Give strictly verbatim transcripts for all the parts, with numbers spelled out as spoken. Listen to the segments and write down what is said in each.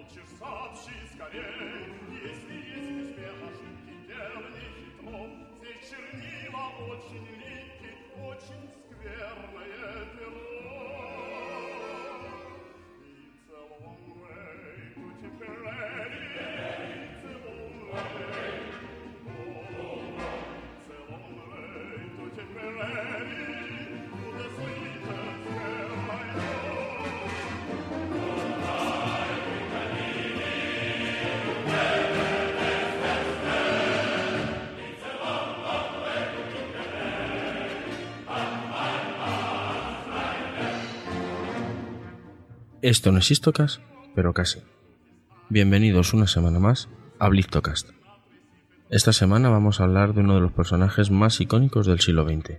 Esto no es Histocast, pero casi. Bienvenidos una semana más a Blitocast. Esta semana vamos a hablar de uno de los personajes más icónicos del siglo veinte.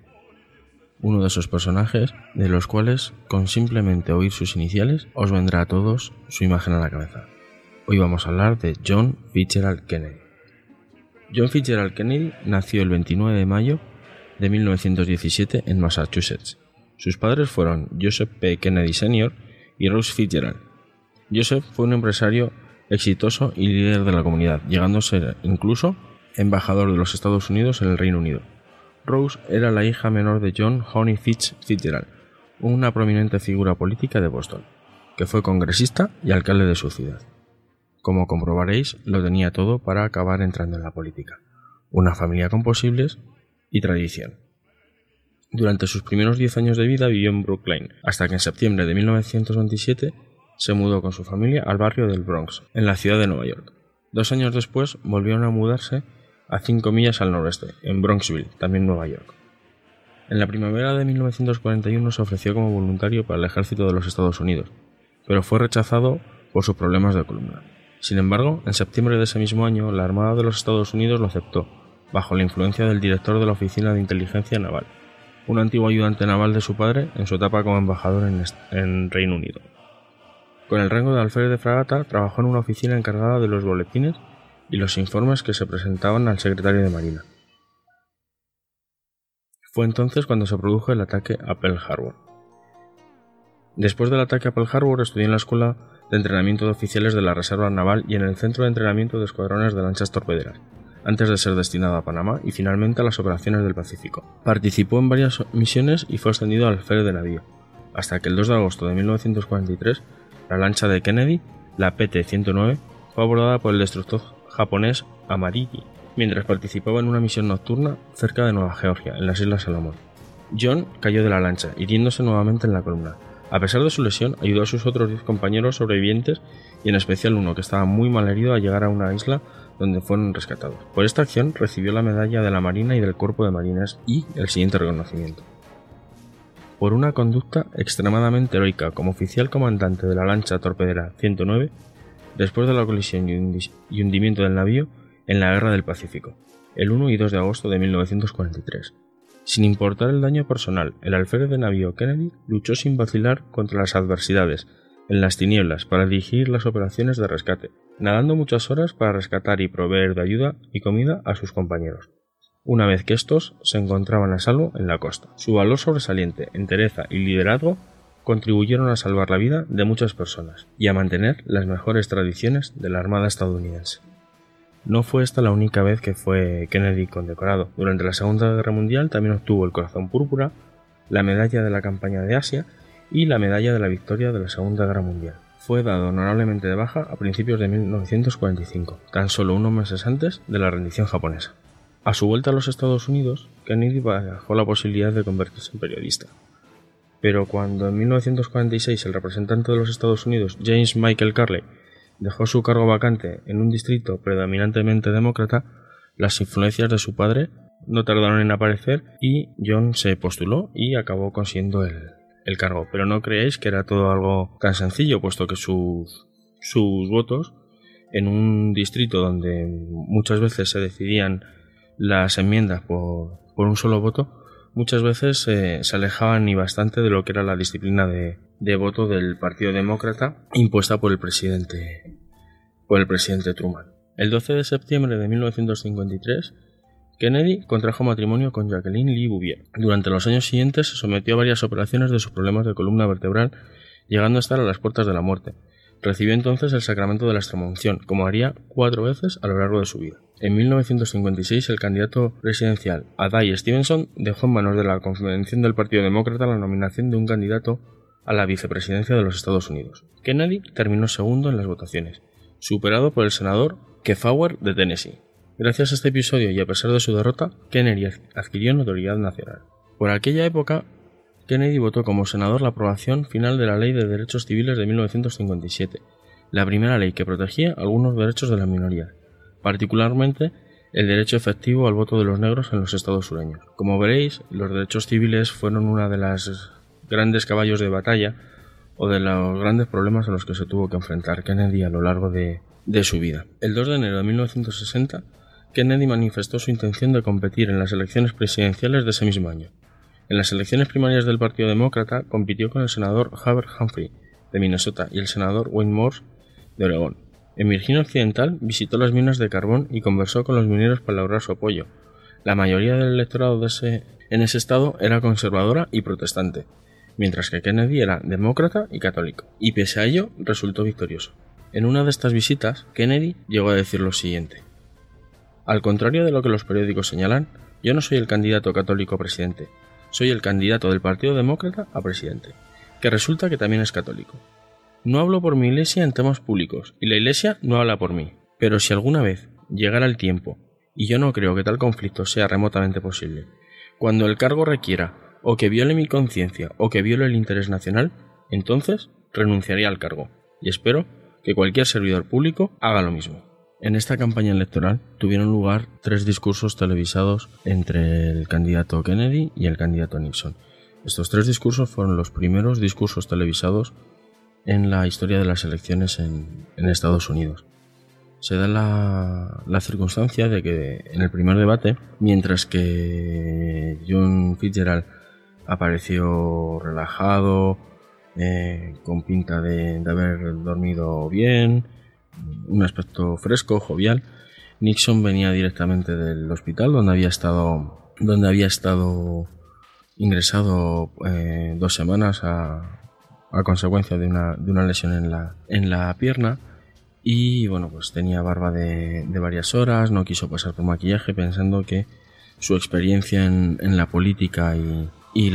Uno de esos personajes de los cuales, con simplemente oír sus iniciales, os vendrá a todos su imagen a la cabeza. Hoy vamos a hablar de John Fitzgerald Kennedy. John Fitzgerald Kennedy nació el veintinueve de mayo de mil novecientos diecisiete en Massachusetts. Sus padres fueron Joseph P. Kennedy senior y Rose Fitzgerald. Joseph fue un empresario exitoso y líder de la comunidad, llegando a ser incluso embajador de los Estados Unidos en el Reino Unido. Rose era la hija menor de John Honey Fitz Fitzgerald, una prominente figura política de Boston, que fue congresista y alcalde de su ciudad. Como comprobaréis, lo tenía todo para acabar entrando en la política. Una familia con posibles y tradición. Durante sus primeros diez años de vida vivió en Brooklyn, hasta que en septiembre de mil novecientos veintisiete se mudó con su familia al barrio del Bronx, en la ciudad de Nueva York. Dos años después volvieron a mudarse a cinco millas al noreste, en Bronxville, también Nueva York. En la primavera de mil novecientos cuarenta y uno se ofreció como voluntario para el ejército de los Estados Unidos, pero fue rechazado por sus problemas de columna. Sin embargo, en septiembre de ese mismo año, la Armada de los Estados Unidos lo aceptó, bajo la influencia del director de la Oficina de Inteligencia Naval, un antiguo ayudante naval de su padre en su etapa como embajador en, en Reino Unido. Con el rango de alférez de fragata, trabajó en una oficina encargada de los boletines y los informes que se presentaban al secretario de Marina. Fue entonces cuando se produjo el ataque a Pearl Harbor. Después del ataque a Pearl Harbor estudió en la Escuela de Entrenamiento de Oficiales de la Reserva Naval y en el Centro de Entrenamiento de Escuadrones de Lanchas Torpederas, antes de ser destinado a Panamá y finalmente a las operaciones del Pacífico. Participó en varias misiones y fue ascendido al alférez de navío, hasta que el dos de agosto de mil novecientos cuarenta y tres, la lancha de Kennedy, la P T ciento nueve, fue abordada por el destructor japonés Amarigi, mientras participaba en una misión nocturna cerca de Nueva Georgia, en las Islas Salomón. John cayó de la lancha, hiriéndose nuevamente en la columna. A pesar de su lesión, ayudó a sus otros diez compañeros sobrevivientes y en especial uno que estaba muy mal herido a llegar a una isla donde fueron rescatados. Por esta acción recibió la medalla de la Marina y del Cuerpo de Marines y el siguiente reconocimiento. Por una conducta extremadamente heroica como oficial comandante de la lancha torpedera ciento nueve, después de la colisión y hundimiento del navío en la Guerra del Pacífico, el uno y dos de agosto de mil novecientos cuarenta y tres. Sin importar el daño personal, el alférez de navío Kennedy luchó sin vacilar contra las adversidades, en las tinieblas, para dirigir las operaciones de rescate, nadando muchas horas para rescatar y proveer de ayuda y comida a sus compañeros, una vez que estos se encontraban a salvo en la costa. Su valor sobresaliente, entereza y liderazgo contribuyeron a salvar la vida de muchas personas y a mantener las mejores tradiciones de la Armada estadounidense. No fue esta la única vez que fue Kennedy condecorado. Durante la Segunda Guerra Mundial también obtuvo el Corazón Púrpura, la Medalla de la Campaña de Asia y la Medalla de la Victoria de la Segunda Guerra Mundial. Fue dado honorablemente de baja a principios de mil novecientos cuarenta y cinco, tan solo unos meses antes de la rendición japonesa. A su vuelta a los Estados Unidos, Kennedy barajó la posibilidad de convertirse en periodista. Pero cuando en mil novecientos cuarenta y seis el representante de los Estados Unidos, James Michael Carley, dejó su cargo vacante en un distrito predominantemente demócrata, las influencias de su padre no tardaron en aparecer y John se postuló y acabó consiguiendo el, el cargo. Pero no creáis que era todo algo tan sencillo, puesto que sus, sus votos en un distrito donde muchas veces se decidían las enmiendas por, por un solo voto, muchas veces eh, se alejaban y bastante de lo que era la disciplina de, de voto del Partido Demócrata impuesta por el presidente, por el presidente Truman. El doce de septiembre de mil novecientos cincuenta y tres, Kennedy contrajo matrimonio con Jacqueline Lee Bouvier. Durante los años siguientes se sometió a varias operaciones de sus problemas de columna vertebral, llegando a estar a las puertas de la muerte, Recibió entonces el sacramento de la extremaunción, como haría cuatro veces a lo largo de su vida. En mil novecientos cincuenta y seis, el candidato presidencial Adlai Stevenson dejó en manos de la convención del Partido Demócrata la nominación de un candidato a la vicepresidencia de los Estados Unidos. Kennedy terminó segundo en las votaciones, superado por el senador Kefauver de Tennessee. Gracias a este episodio y a pesar de su derrota, Kennedy adquirió notoriedad nacional. Por aquella época, Kennedy votó como senador la aprobación final de la Ley de Derechos Civiles de mil novecientos cincuenta y siete, la primera ley que protegía algunos derechos de la minoría, particularmente el derecho efectivo al voto de los negros en los estados sureños. Como veréis, los derechos civiles fueron una de las grandes caballos de batalla o de los grandes problemas a los que se tuvo que enfrentar Kennedy a lo largo de, de su vida. El dos de enero de mil novecientos sesenta, Kennedy manifestó su intención de competir en las elecciones presidenciales de ese mismo año. En las elecciones primarias del Partido Demócrata compitió con el senador Hubert Humphrey de Minnesota y el senador Wayne Morse de Oregón. En Virginia Occidental visitó las minas de carbón y conversó con los mineros para lograr su apoyo. La mayoría del electorado de ese, en ese estado era conservadora y protestante, mientras que Kennedy era demócrata y católico, y pese a ello resultó victorioso. En una de estas visitas, Kennedy llegó a decir lo siguiente: al contrario de lo que los periódicos señalan, yo no soy el candidato católico a presidente, soy el candidato del Partido Demócrata a presidente, que resulta que también es católico. No hablo por mi iglesia en temas públicos, y la iglesia no habla por mí, pero si alguna vez llegara el tiempo, y yo no creo que tal conflicto sea remotamente posible, cuando el cargo requiera o que viole mi conciencia o que viole el interés nacional, entonces renunciaría al cargo, y espero que cualquier servidor público haga lo mismo. En esta campaña electoral tuvieron lugar tres discursos televisados entre el candidato Kennedy y el candidato Nixon. Estos tres discursos fueron los primeros discursos televisados en la historia de las elecciones en, en Estados Unidos. Se da la, la circunstancia de que en el primer debate, mientras que John Fitzgerald apareció relajado, eh, con pinta de, de haber dormido bien, un aspecto fresco, jovial, Nixon venía directamente del hospital donde había estado, donde había estado ingresado eh, dos semanas a, a consecuencia de una, de una lesión en la, en la pierna. Y bueno, pues tenía barba de, de varias horas, no quiso pasar por maquillaje, pensando que su experiencia en, en la política y, y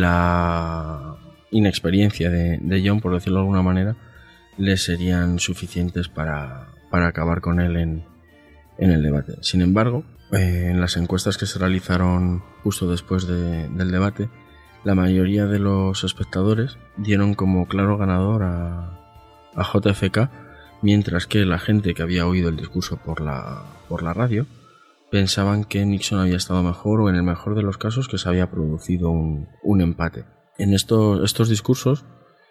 la inexperiencia de, de John, por decirlo de alguna manera, le serían suficientes para, para acabar con él en, en el debate. Sin embargo, eh, en las encuestas que se realizaron justo después de, del debate, la mayoría de los espectadores dieron como claro ganador a, a J F K, mientras que la gente que había oído el discurso por la, por la radio pensaban que Nixon había estado mejor, o en el mejor de los casos que se había producido un, un empate. En estos, estos discursos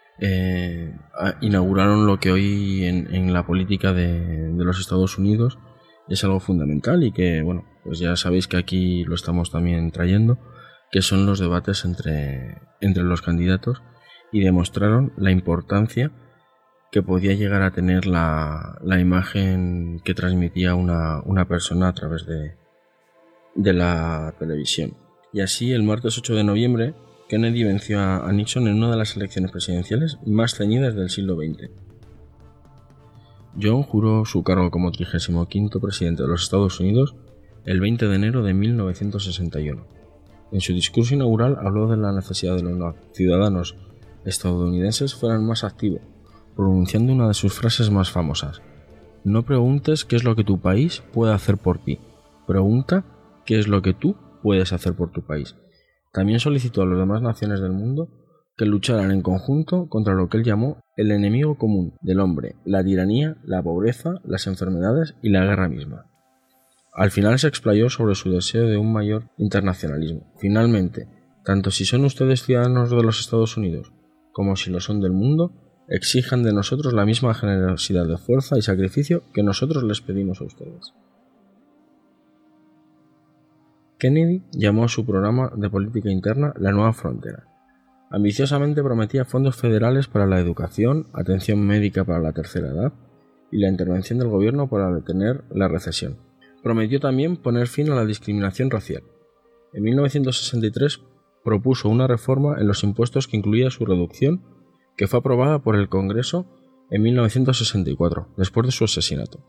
eh, inauguraron lo que hoy en, en la política de, de los Estados Unidos es algo fundamental, y que, bueno, pues ya sabéis que aquí lo estamos también trayendo, que son los debates entre, entre los candidatos, y demostraron la importancia que podía llegar a tener la, la imagen que transmitía una, una persona a través de, de la televisión. Y así, el martes ocho de noviembre, Kennedy venció a, a Nixon en una de las elecciones presidenciales más ceñidas del siglo veinte. John juró su cargo como trigésimo quinto presidente de los Estados Unidos el veinte de enero de mil novecientos sesenta y uno. En su discurso inaugural habló de la necesidad de los ciudadanos estadounidenses fueran más activos, pronunciando una de sus frases más famosas: no preguntes qué es lo que tu país puede hacer por ti, pregunta qué es lo que tú puedes hacer por tu país. También solicitó a las demás naciones del mundo que lucharan en conjunto contra lo que él llamó el enemigo común del hombre, la tiranía, la pobreza, las enfermedades y la guerra misma. Al final se explayó sobre su deseo de un mayor internacionalismo. Finalmente, tanto si son ustedes ciudadanos de los Estados Unidos como si lo son del mundo, exijan de nosotros la misma generosidad de fuerza y sacrificio que nosotros les pedimos a ustedes. Kennedy llamó a su programa de política interna La Nueva Frontera. Ambiciosamente prometía fondos federales para la educación, atención médica para la tercera edad y la intervención del gobierno para detener la recesión. Prometió también poner fin a la discriminación racial. En mil novecientos sesenta y tres propuso una reforma en los impuestos que incluía su reducción, que fue aprobada por el Congreso en mil novecientos sesenta y cuatro, después de su asesinato.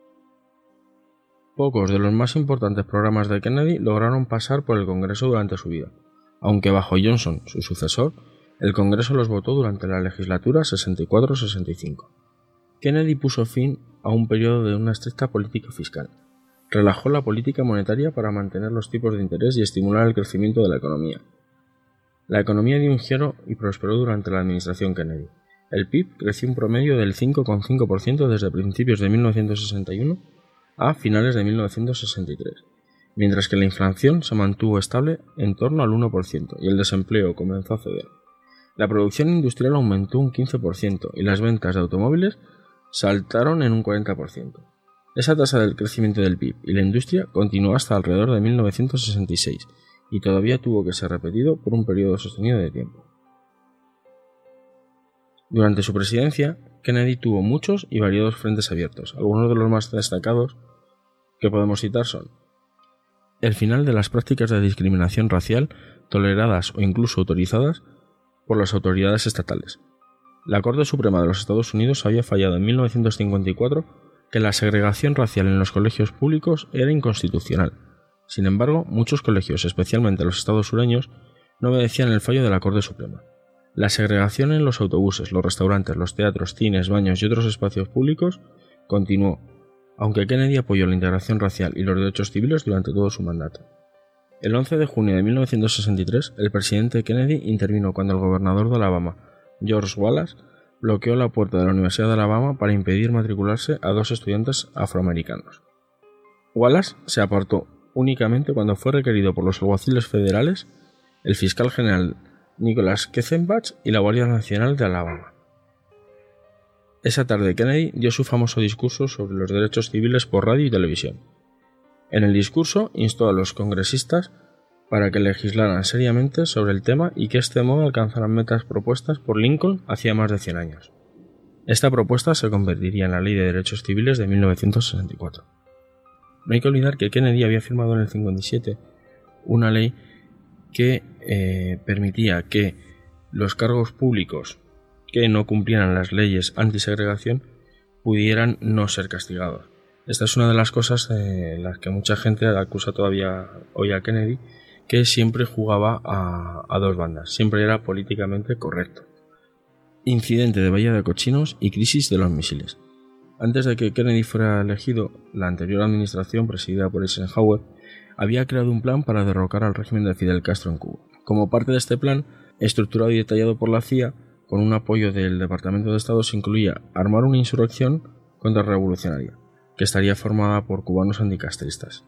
Pocos de los más importantes programas de Kennedy lograron pasar por el Congreso durante su vida, aunque bajo Johnson, su sucesor, el Congreso los votó durante la legislatura sesenta y cuatro sesenta y cinco. Kennedy puso fin a un periodo de una estricta política fiscal. Relajó la política monetaria para mantener los tipos de interés y estimular el crecimiento de la economía. La economía dio un giro y prosperó durante la administración Kennedy. El P I B creció un promedio del cinco coma cinco por ciento desde principios de mil novecientos sesenta y uno a finales de mil novecientos sesenta y tres, mientras que la inflación se mantuvo estable en torno al uno por ciento y el desempleo comenzó a ceder. La producción industrial aumentó un quince por ciento y las ventas de automóviles saltaron en un cuarenta por ciento. Esa tasa del crecimiento del P I B y la industria continuó hasta alrededor de mil novecientos sesenta y seis y todavía tuvo que ser repetido por un periodo sostenido de tiempo. Durante su presidencia, Kennedy tuvo muchos y variados frentes abiertos. Algunos de los más destacados que podemos citar son: el final de las prácticas de discriminación racial toleradas o incluso autorizadas por las autoridades estatales. La Corte Suprema de los Estados Unidos había fallado en mil novecientos cincuenta y cuatro que la segregación racial en los colegios públicos era inconstitucional. Sin embargo, muchos colegios, especialmente los estados sureños, no obedecían el fallo de la Corte Suprema. La segregación en los autobuses, los restaurantes, los teatros, cines, baños y otros espacios públicos continuó, aunque Kennedy apoyó la integración racial y los derechos civiles durante todo su mandato. El once de junio de mil novecientos sesenta y tres, el presidente Kennedy intervino cuando el gobernador de Alabama, George Wallace, bloqueó la puerta de la Universidad de Alabama para impedir matricularse a dos estudiantes afroamericanos. Wallace se apartó únicamente cuando fue requerido por los alguaciles federales, el fiscal general Nicholas Kethenbach y la Guardia Nacional de Alabama. Esa tarde Kennedy dio su famoso discurso sobre los derechos civiles por radio y televisión. En el discurso instó a los congresistas para que legislaran seriamente sobre el tema y que este modo alcanzaran metas propuestas por Lincoln hacía más de cien años. Esta propuesta se convertiría en la Ley de Derechos Civiles de mil novecientos sesenta y cuatro. No hay que olvidar que Kennedy había firmado en el cincuenta y siete una ley que eh, permitía que los cargos públicos que no cumplieran las leyes antisegregación pudieran no ser castigados. Esta es una de las cosas en eh, las que mucha gente acusa todavía hoy a Kennedy, que siempre jugaba a, a dos bandas, siempre era políticamente correcto. Incidente de Bahía de Cochinos y crisis de los misiles. Antes de que Kennedy fuera elegido, la anterior administración, presidida por Eisenhower, había creado un plan para derrocar al régimen de Fidel Castro en Cuba. Como parte de este plan, estructurado y detallado por la C I A, con un apoyo del Departamento de Estado, se incluía armar una insurrección contrarrevolucionaria, que estaría formada por cubanos anticastristas.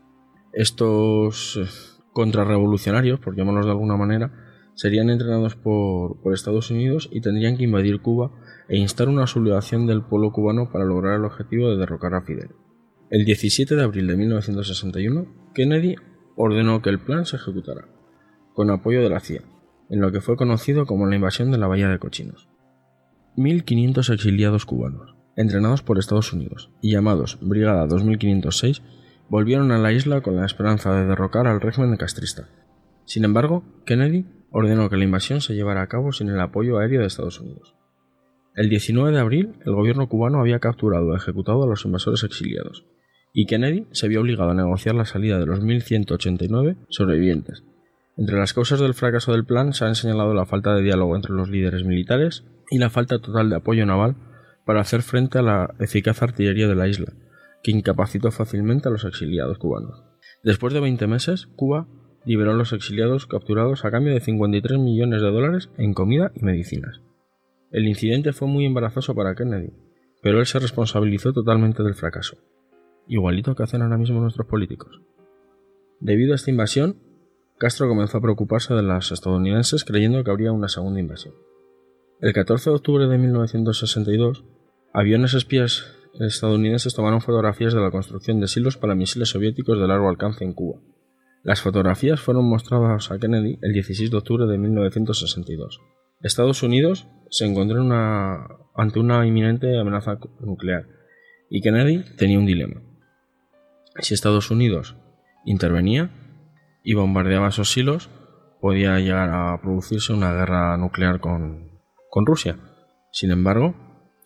Estos contrarrevolucionarios, por llamarlos de alguna manera, serían entrenados por, por Estados Unidos y tendrían que invadir Cuba e instar una sublevación del pueblo cubano para lograr el objetivo de derrocar a Fidel. El diecisiete de abril de mil novecientos sesenta y uno, Kennedy ordenó que el plan se ejecutara, con apoyo de la C I A, en lo que fue conocido como la invasión de la Bahía de Cochinos. mil quinientos exiliados cubanos, entrenados por Estados Unidos y llamados Brigada dos mil quinientos seis, volvieron a la isla con la esperanza de derrocar al régimen castrista. Sin embargo, Kennedy ordenó que la invasión se llevara a cabo sin el apoyo aéreo de Estados Unidos. El diecinueve de abril, el gobierno cubano había capturado y ejecutado a los invasores exiliados, y Kennedy se vio obligado a negociar la salida de los mil ciento ochenta y nueve sobrevivientes. Entre las causas del fracaso del plan se han señalado la falta de diálogo entre los líderes militares y la falta total de apoyo naval para hacer frente a la eficaz artillería de la isla, que incapacitó fácilmente a los exiliados cubanos. Después de veinte meses, Cuba liberó a los exiliados capturados a cambio de cincuenta y tres millones de dólares en comida y medicinas. El incidente fue muy embarazoso para Kennedy, pero él se responsabilizó totalmente del fracaso, igualito que hacen ahora mismo nuestros políticos. Debido a esta invasión, Castro comenzó a preocuparse de los estadounidenses creyendo que habría una segunda invasión. El catorce de octubre de mil novecientos sesenta y dos, aviones espías estadounidenses tomaron fotografías de la construcción de silos para misiles soviéticos de largo alcance en Cuba. Las fotografías fueron mostradas a Kennedy el dieciséis de octubre de mil novecientos sesenta y dos. Estados Unidos se encontró en una, ante una inminente amenaza nuclear, y Kennedy tenía un dilema. Si Estados Unidos intervenía y bombardeaba esos silos, podía llegar a producirse una guerra nuclear con, con Rusia. Sin embargo,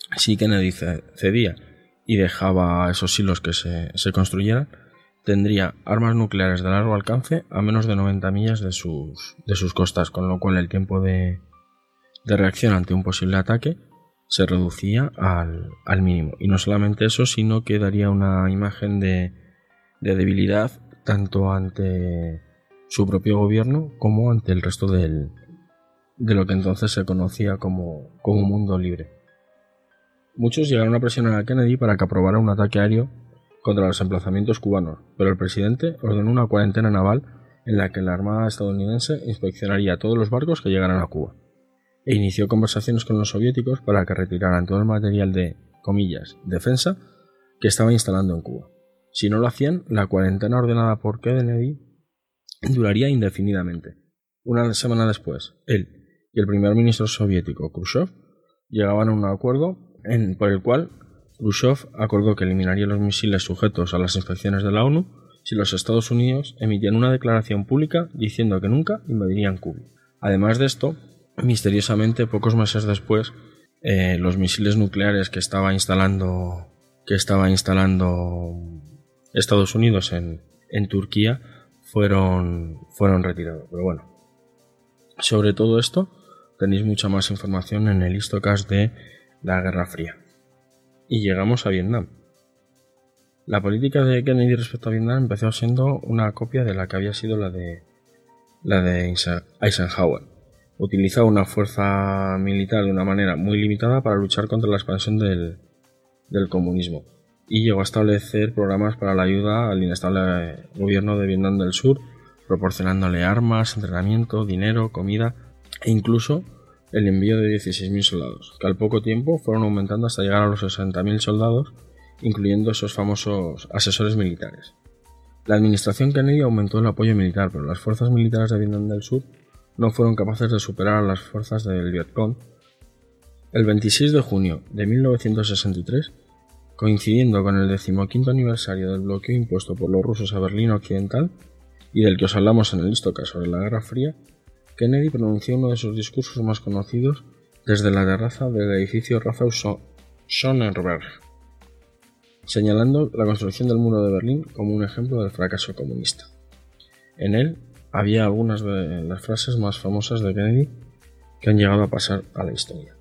Si Kennedy cedía y dejaba esos silos que se, se construyeran, tendría armas nucleares de largo alcance a menos de noventa millas de sus, de sus costas, con lo cual el tiempo de, de reacción ante un posible ataque se reducía al, al mínimo. Y no solamente eso, sino que daría una imagen de, de debilidad tanto ante su propio gobierno como ante el resto del, de lo que entonces se conocía como, como mundo libre. Muchos llegaron a presionar a Kennedy para que aprobara un ataque aéreo contra los emplazamientos cubanos, pero el presidente ordenó una cuarentena naval en la que la Armada estadounidense inspeccionaría todos los barcos que llegaran a Cuba, e inició conversaciones con los soviéticos para que retiraran todo el material de, comillas, defensa que estaba instalando en Cuba. Si no lo hacían, la cuarentena ordenada por Kennedy duraría indefinidamente. Una semana después, él y el primer ministro soviético Khrushchev llegaban a un acuerdo en, por el cual Khrushchev acordó que eliminaría los misiles sujetos a las inspecciones de la ONU si los Estados Unidos emitían una declaración pública diciendo que nunca invadirían Cuba. Además de esto, misteriosamente, pocos meses después, eh, los misiles nucleares que estaba instalando, que estaba instalando Estados Unidos en, en Turquía fueron, fueron retirados. Pero bueno, sobre todo esto tenéis mucha más información en el Histocast de la Guerra Fría. Y llegamos a Vietnam. La política de Kennedy respecto a Vietnam empezó siendo una copia de la que había sido la de la de Eisenhower. Utilizaba una fuerza militar de una manera muy limitada para luchar contra la expansión del, del comunismo, y llegó a establecer programas para la ayuda al inestable gobierno de Vietnam del Sur, proporcionándole armas, entrenamiento, dinero, comida e incluso el envío de dieciséis mil soldados, que al poco tiempo fueron aumentando hasta llegar a los sesenta mil soldados, incluyendo esos famosos asesores militares. La administración Kennedy aumentó el apoyo militar, pero las fuerzas militares de Vietnam del Sur no fueron capaces de superar a las fuerzas del Vietcong. El veintiséis de junio de mil novecientos sesenta y tres, coincidiendo con el decimoquinto aniversario del bloqueo impuesto por los rusos a Berlín Occidental, y del que os hablamos en el Histocast sobre la Guerra Fría, Kennedy pronunció uno de sus discursos más conocidos desde la terraza del edificio Rathaus Schöneberg, señalando la construcción del muro de Berlín como un ejemplo del fracaso comunista. En él había algunas de las frases más famosas de Kennedy que han llegado a pasar a la historia.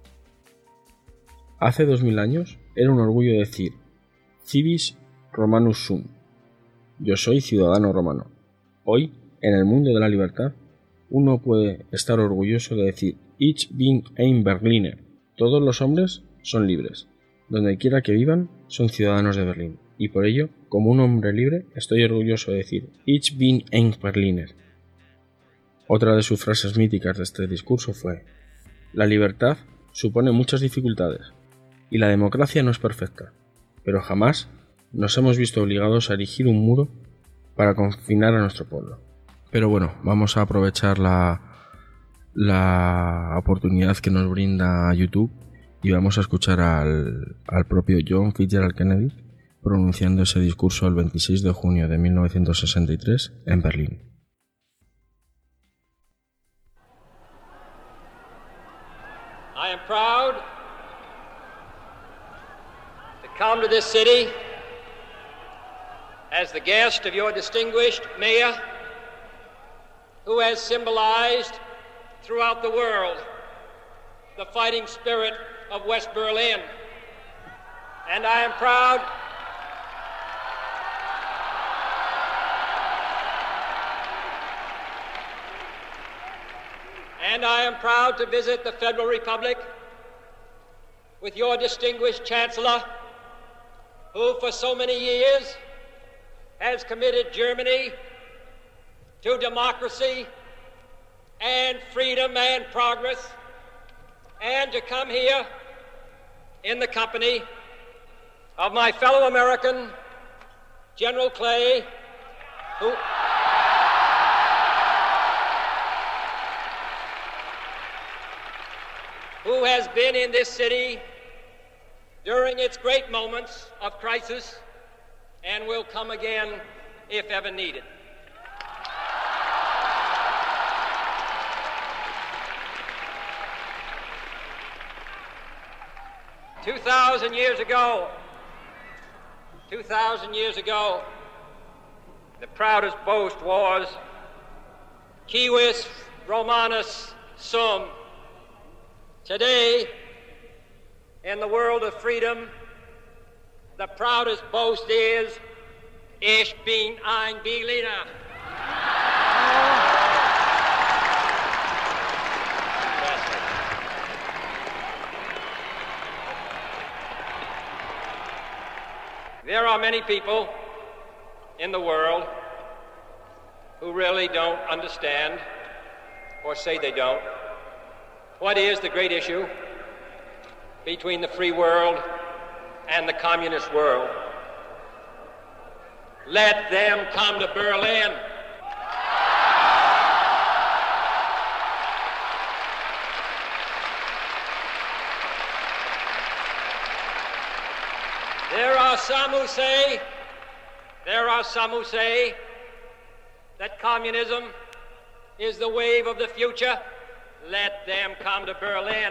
Hace dos mil años era un orgullo decir Civis Romanus sum, yo soy ciudadano romano. Hoy, en el mundo de la libertad, uno puede estar orgulloso de decir Ich bin ein Berliner, todos los hombres son libres, donde quiera que vivan son ciudadanos de Berlín, y por ello, como un hombre libre, estoy orgulloso de decir Ich bin ein Berliner. Otra de sus frases míticas de este discurso fue: la libertad supone muchas dificultades, y la democracia no es perfecta, pero jamás nos hemos visto obligados a erigir un muro para confinar a nuestro pueblo. Pero bueno, vamos a aprovechar la, la oportunidad que nos brinda YouTube y vamos a escuchar al, al propio John Fitzgerald Kennedy pronunciando ese discurso el veintiséis de junio de mil novecientos sesenta y tres en Berlín. I am proud to come to this city as the guest of your distinguished mayor, who has symbolized throughout the world the fighting spirit of West Berlin. And I am proud and I am proud to visit the Federal Republic with your distinguished Chancellor, who for so many years has committed Germany to democracy and freedom and progress, and to come here in the company of my fellow American, General Clay, who, who has been in this city during its great moments of crisis and will come again if ever needed. Two thousand years ago, two thousand years ago, the proudest boast was Civis Romanus Sum. Today, in the world of freedom, the proudest boast is Ich bin ein Berliner. There are many people in the world who really don't understand, or say they don't, what is the great issue between the free world and the communist world. Let them come to Berlin. There are some who say, there are some who say that communism is the wave of the future. Let them come to Berlin.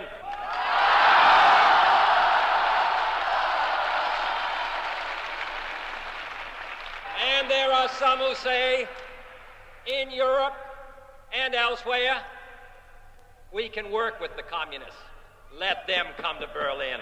And there are some who say, in Europe and elsewhere, we can work with the communists. Let them come to Berlin.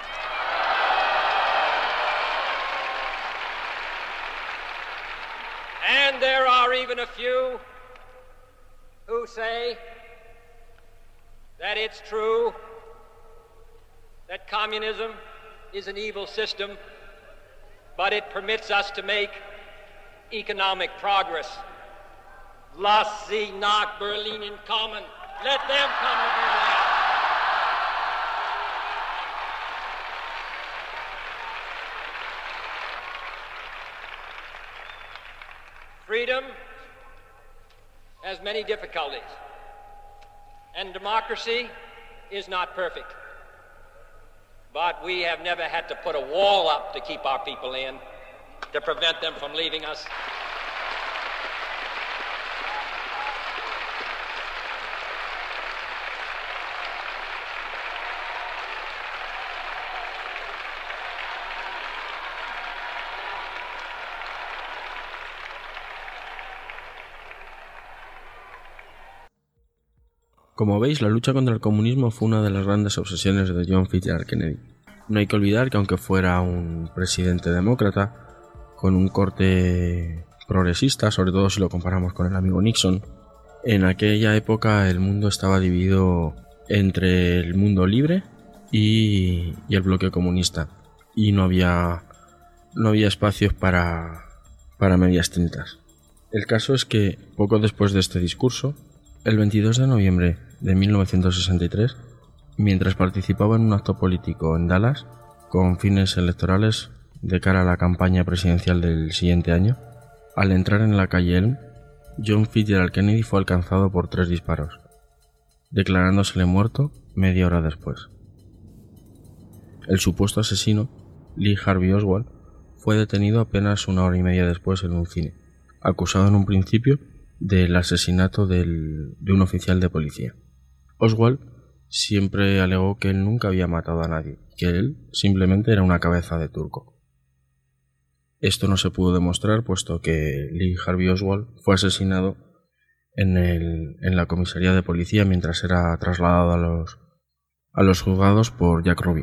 And there are even a few who say that it's true that communism is an evil system, but it permits us to make economic progress. Lass sie nach Berlin kommen. Let them come to Berlin. Freedom has many difficulties, and democracy is not perfect. But we have never had to put a wall up to keep our people in, to prevent them from leaving us. Como veis, la lucha contra el comunismo fue una de las grandes obsesiones de John Fitzgerald Kennedy. No hay que olvidar que aunque fuera un presidente demócrata, con un corte progresista, sobre todo si lo comparamos con el amigo Nixon, en aquella época el mundo estaba dividido entre el mundo libre y, y el bloque comunista, y no había, no había espacios para, para medias tintas. El caso es que poco después de este discurso, el veintidós de noviembre de mil novecientos sesenta y tres, mientras participaba en un acto político en Dallas con fines electorales de cara a la campaña presidencial del siguiente año, al entrar en la calle Elm, John Fitzgerald Kennedy fue alcanzado por tres disparos, declarándosele muerto media hora después. El supuesto asesino, Lee Harvey Oswald, fue detenido apenas una hora y media después en un cine, acusado en un principio del asesinato del, de un oficial de policía. Oswald siempre alegó que él nunca había matado a nadie, que él simplemente era una cabeza de turco. Esto no se pudo demostrar, puesto que Lee Harvey Oswald fue asesinado en, el, en la comisaría de policía mientras era trasladado a los, a los juzgados por Jack Ruby,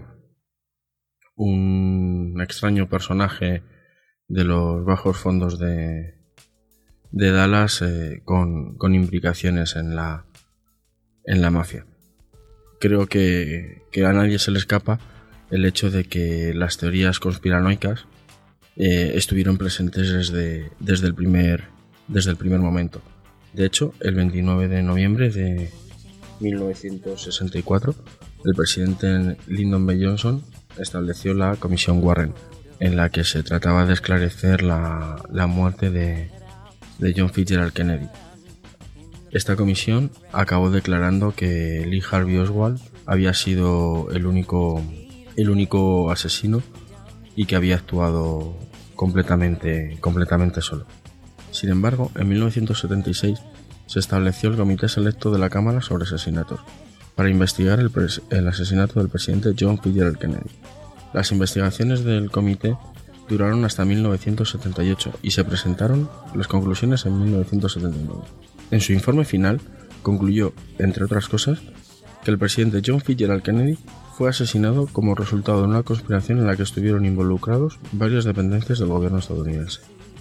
un extraño personaje de los bajos fondos de, de Dallas eh, con, con implicaciones en la, en la mafia. Creo que, que a nadie se le escapa el hecho de que las teorías conspiranoicas eh, estuvieron presentes desde, desde, el primer, desde el primer momento. De hecho, el veintinueve de noviembre de mil novecientos sesenta y cuatro, el presidente Lyndon B. Johnson estableció la Comisión Warren, en la que se trataba de esclarecer la, la muerte de, de John Fitzgerald Kennedy. Esta comisión acabó declarando que Lee Harvey Oswald había sido el único, el único asesino y que había actuado completamente, completamente solo. Sin embargo, en mil novecientos setenta y seis se estableció el Comité Selecto de la Cámara sobre Asesinatos, para investigar el, pres- el asesinato del presidente John Fitzgerald Kennedy. Las investigaciones del comité duraron hasta mil novecientos setenta y ocho y se presentaron las conclusiones en mil novecientos setenta y nueve. En su informe final concluyó, entre otras cosas, que el presidente John Fitzgerald Kennedy fue asesinado como resultado de una conspiración en la que estuvieron involucrados varias dependencias del gobierno estadounidense.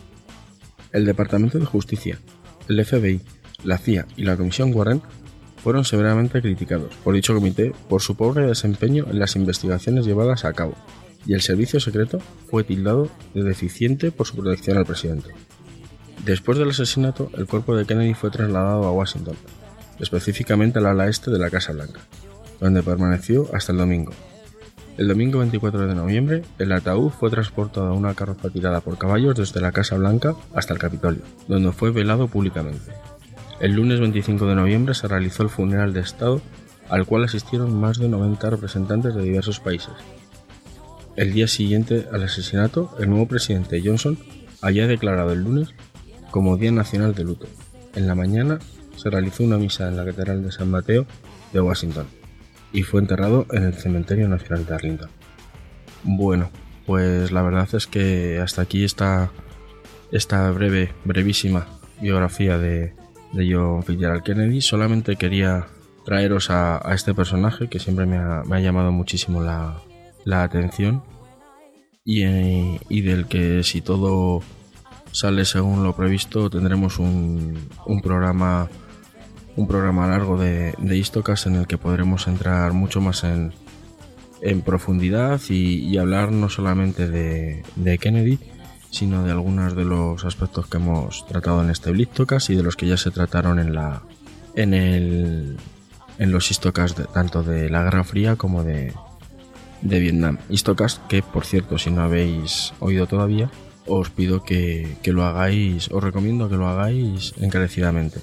El Departamento de Justicia, el F B I, la C I A y la Comisión Warren fueron severamente criticados por dicho comité por su pobre desempeño en las investigaciones llevadas a cabo, y el servicio secreto fue tildado de deficiente por su protección al presidente. Después del asesinato, el cuerpo de Kennedy fue trasladado a Washington, específicamente al ala este de la Casa Blanca, donde permaneció hasta el domingo. El domingo veinticuatro de noviembre, el ataúd fue transportado a una carroza tirada por caballos desde la Casa Blanca hasta el Capitolio, donde fue velado públicamente. El lunes veinticinco de noviembre se realizó el funeral de Estado, al cual asistieron más de noventa representantes de diversos países. El día siguiente al asesinato, el nuevo presidente Johnson había declarado el lunes como Día Nacional de Luto. En la mañana se realizó una misa en la Catedral de San Mateo de Washington y fue enterrado en el Cementerio Nacional de Arlington. Bueno, pues la verdad es que hasta aquí está esta breve, brevísima biografía de, de John Fitzgerald Kennedy. Solamente quería traeros a, a este personaje que siempre me ha, me ha llamado muchísimo la, la atención y, eh, y del que, si todo sale según lo previsto, tendremos un, un programa un programa largo de, de Histocast en el que podremos entrar mucho más en, en profundidad y, y hablar no solamente de, de Kennedy, sino de algunos de los aspectos que hemos tratado en este Histocast y de los que ya se trataron en la en el en los Histocast de, tanto de la Guerra Fría como de, de Vietnam. Histocast que, por cierto, si no habéis oído todavía, os pido que, que lo hagáis, os recomiendo que lo hagáis encarecidamente.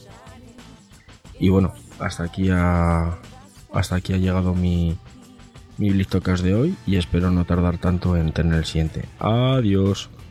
Y bueno, hasta aquí ha, hasta aquí ha llegado mi, mi Histocast de hoy y espero no tardar tanto en tener el siguiente. Adiós.